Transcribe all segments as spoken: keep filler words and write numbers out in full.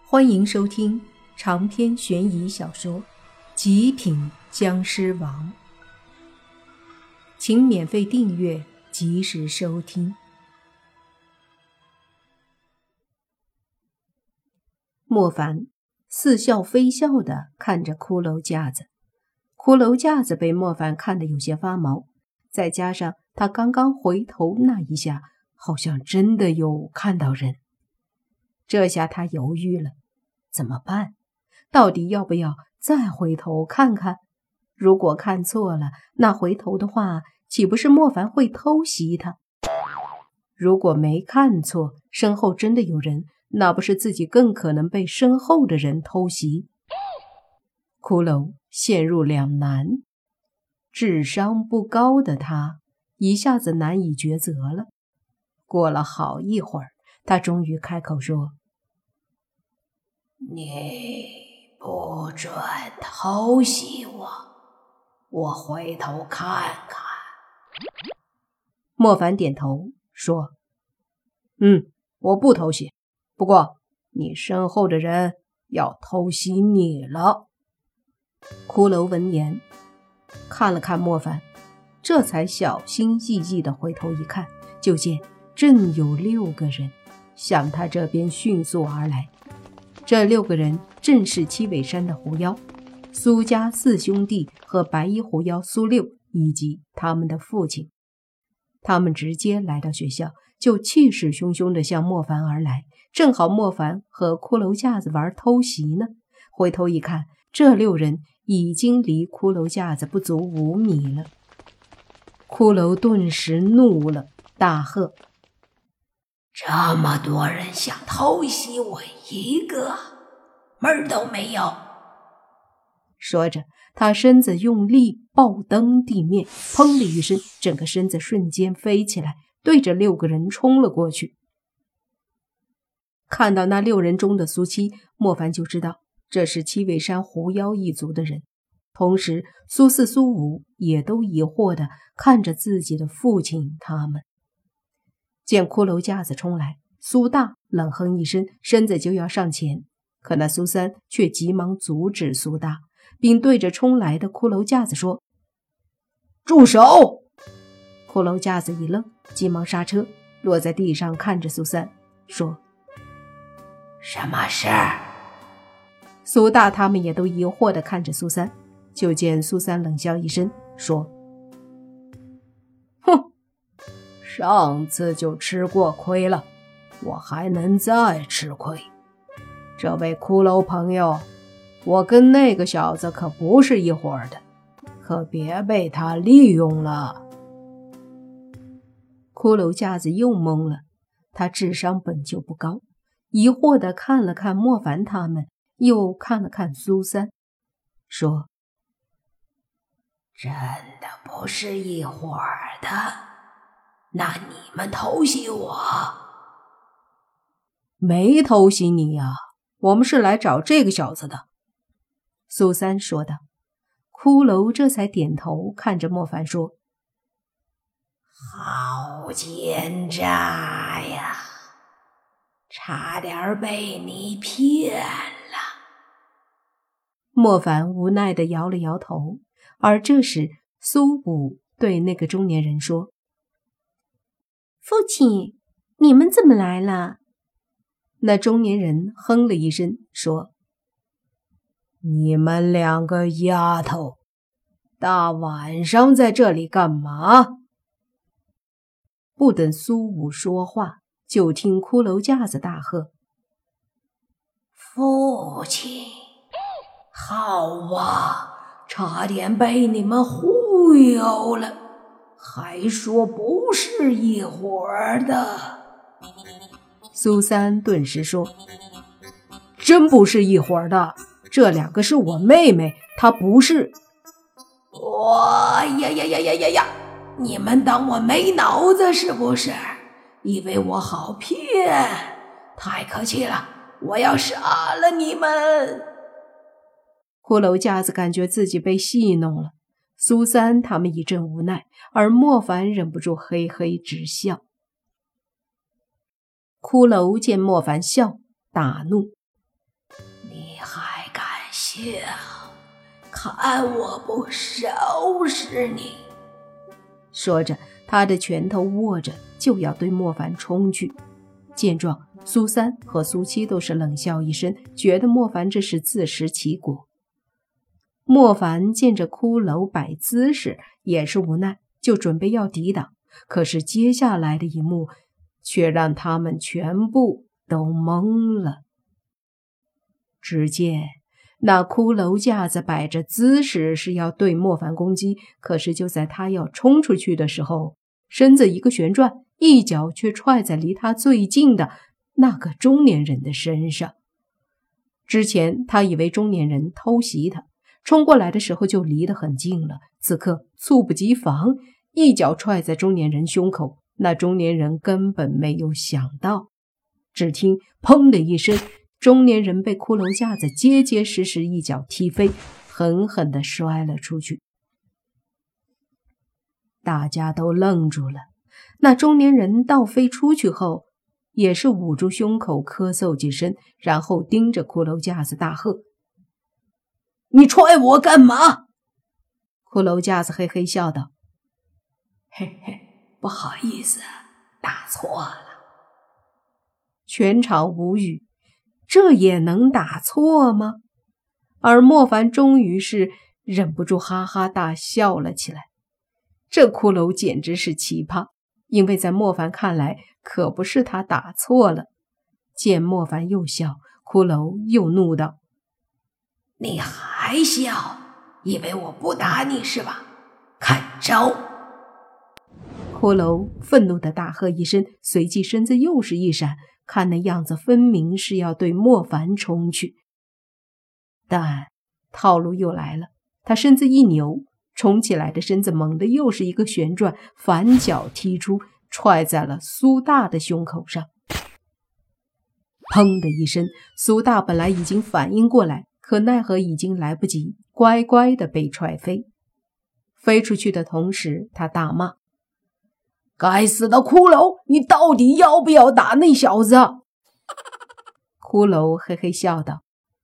欢迎收听长篇悬疑小说《极品僵尸王》，请免费订阅，及时收听。莫凡似笑非笑地看着骷髅架子，骷髅架子被莫凡看得有些发毛，再加上他刚刚回头那一下，好像真的有看到人。这下他犹豫了，怎么办？到底要不要再回头看看？如果看错了，那回头的话，岂不是莫凡会偷袭他？如果没看错，身后真的有人，那不是自己更可能被身后的人偷袭？骷髅陷入两难，智商不高的他一下子难以抉择了。过了好一会儿，他终于开口说： 你不准偷袭我，我回头看看。 莫凡点头说：嗯，我不偷袭，不过你身后的人要偷袭你了。骷髅闻言看了看莫凡，这才小心翼翼地回头一看，就见正有六个人向他这边迅速而来。这六个人正是七尾山的狐妖、苏家四兄弟和白衣狐妖苏六以及他们的父亲。他们直接来到学校，就气势汹汹地向莫凡而来。正好莫凡和骷髅架子玩偷袭呢，回头一看，这六人已经离骷髅架子不足五米了。骷髅顿时怒了，大喝： 这么多人想偷袭我一个，门儿都没有！ 说着，他身子用力抱蹬地面，砰的一声，整个身子瞬间飞起来，对着六个人冲了过去。看到那六人中的苏七，莫凡就知道这是七尾山狐妖一族的人。同时苏四、苏五也都疑惑地看着自己的父亲他们。见骷髅架子冲来，苏大冷哼一声，身子就要上前，可那苏三却急忙阻止苏大，并对着冲来的骷髅架子说：住手！骷髅架子一愣，急忙刹车，落在地上看着苏三说： 什么事？ 苏大他们也都疑惑地看着苏三，就见苏三冷笑一声说：哼，上次就吃过亏了，我还能再吃亏。这位骷髅朋友，我跟那个小子可不是一伙的，可别被他利用了。骷髅架子又懵了，他智商本就不高，疑惑地看了看莫凡他们，又看了看苏三，说： 真的不是一伙的，那你们偷袭我？ 没偷袭你呀、啊，我们是来找这个小子的。苏三说道。骷髅这才点头看着莫凡说： 好奸诈呀，差点被你骗了。 莫凡无奈地摇了摇头，而这时苏武对那个中年人说：父亲，你们怎么来了？那中年人哼了一声说：你们两个丫头，大晚上在这里干嘛？不等苏武说话，就听骷髅架子大喝： 父亲，好啊，差点被你们忽悠了，还说不是一伙的。 苏三顿时说：真不是一伙的，这两个是我妹妹，她不是。 哇呀呀呀呀呀呀！你们当我没脑子是不是？以为我好骗？太可气了，我要杀了你们！ 骷髅架子感觉自己被戏弄了，苏三他们一阵无奈，而莫凡忍不住嘿嘿直笑。骷髅见莫凡笑，大怒： 笑，看我不收拾你！ 说着，他的拳头握着，就要对莫凡冲去。见状，苏三和苏七都是冷笑一声，觉得莫凡这是自食其果。莫凡见着骷髅摆姿势，也是无奈，就准备要抵挡。可是接下来的一幕，却让他们全部都懵了。只见那骷髅架子摆着姿势是要对莫凡攻击，可是就在他要冲出去的时候，身子一个旋转，一脚却踹在离他最近的那个中年人的身上。之前他以为中年人偷袭他，冲过来的时候就离得很近了，此刻猝不及防，一脚踹在中年人胸口。那中年人根本没有想到，只听砰的一声，中年人被骷髅架子结结实实一脚踢飞，狠狠地摔了出去。大家都愣住了，那中年人倒飞出去后，也是捂住胸口咳嗽几声，然后盯着骷髅架子大喝：“ 你踹我干嘛？” 骷髅架子嘿嘿笑道：“ 嘿嘿，不好意思，打错了。” 全场无语，这也能打错吗？而莫凡终于是忍不住哈哈大笑了起来。这骷髅简直是奇葩，因为在莫凡看来，可不是他打错了。见莫凡又笑，骷髅又怒道：“ 你还笑？以为我不打你是吧？看招！” 骷髅愤怒的大喝一声，随即身子又是一闪，看那样子分明是要对莫凡冲去。但套路又来了，他身子一扭，冲起来的身子猛地又是一个旋转，反脚踢出，踹在了苏大的胸口上。砰的一声，苏大本来已经反应过来，可奈何已经来不及，乖乖的被踹飞。飞出去的同时，他大骂：“ 该死的骷髅，你到底要不要打那小子？” 骷髅嘿嘿笑道：“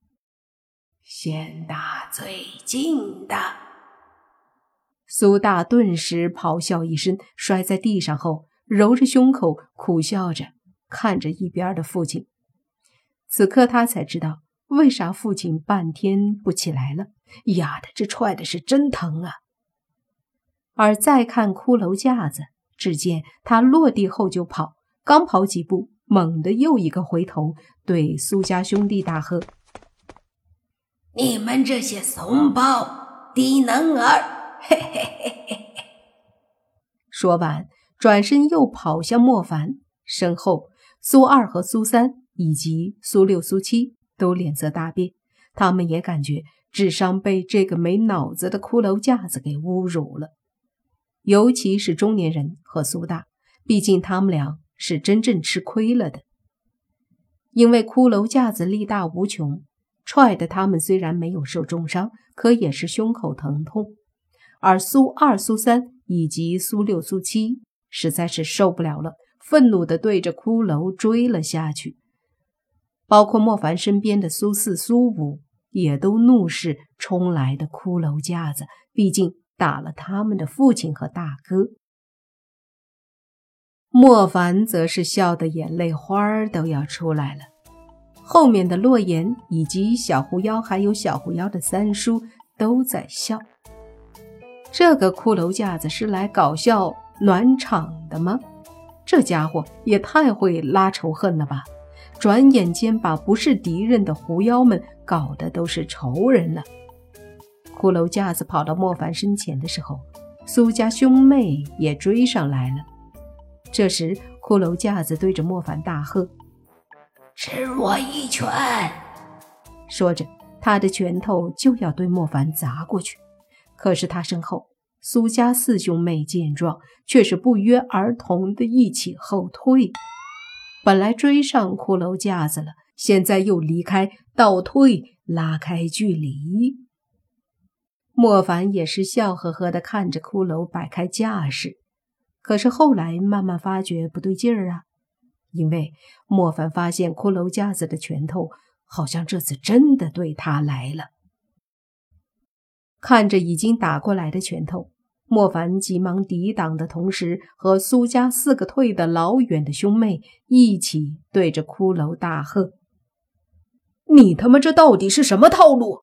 先打最近的。” 苏大顿时咆哮一声，摔在地上后，揉着胸口，苦笑着看着一边的父亲。此刻他才知道，为啥父亲半天不起来了。呀的，这踹的是真疼啊！而再看骷髅架子，只见他落地后就跑，刚跑几步，猛地又一个回头，对苏家兄弟大喝：“ 你们这些怂包、低能儿！”嘿嘿嘿嘿嘿。 说完，转身又跑向莫凡，身后苏二和苏三以及苏六、苏七都脸色大变，他们也感觉智商被这个没脑子的骷髅架子给侮辱了。尤其是中年人和苏大，毕竟他们俩是真正吃亏了的。因为骷髅架子力大无穷，踹的他们虽然没有受重伤，可也是胸口疼痛。而苏二、苏三以及苏六、苏七实在是受不了了，愤怒地对着骷髅追了下去。包括莫凡身边的苏四、苏五也都怒视冲来的骷髅架子，毕竟打了他们的父亲和大哥。莫凡则是笑得眼泪花都要出来了。后面的洛言以及小狐妖还有小狐妖的三叔都在笑。这个骷髅架子是来搞笑暖场的吗？这家伙也太会拉仇恨了吧，转眼间把不是敌人的狐妖们搞得都是仇人了。骷髅架子跑到莫凡身前的时候，苏家兄妹也追上来了。这时骷髅架子对着莫凡大喝：“ 吃我一拳！” 说着他的拳头就要对莫凡砸过去。可是他身后苏家四兄妹见状，却是不约而同的一起后退。本来追上骷髅架子了，现在又离开，倒退，拉开距离。莫凡也是笑呵呵地看着骷髅摆开架势，可是后来慢慢发觉不对劲儿啊，因为莫凡发现骷髅架子的拳头好像这次真的对他来了。 看着已经打过来的拳头，莫凡急忙抵挡的同时，和苏家四个退得老远的兄妹一起对着骷髅大喝：你他妈这到底是什么套路？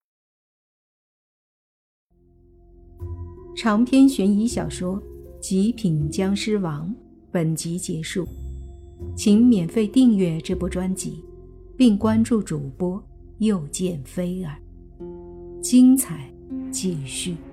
长篇悬疑小说《极品僵尸王》本集结束，请免费订阅这部专辑，并关注主播又见菲儿，精彩继续。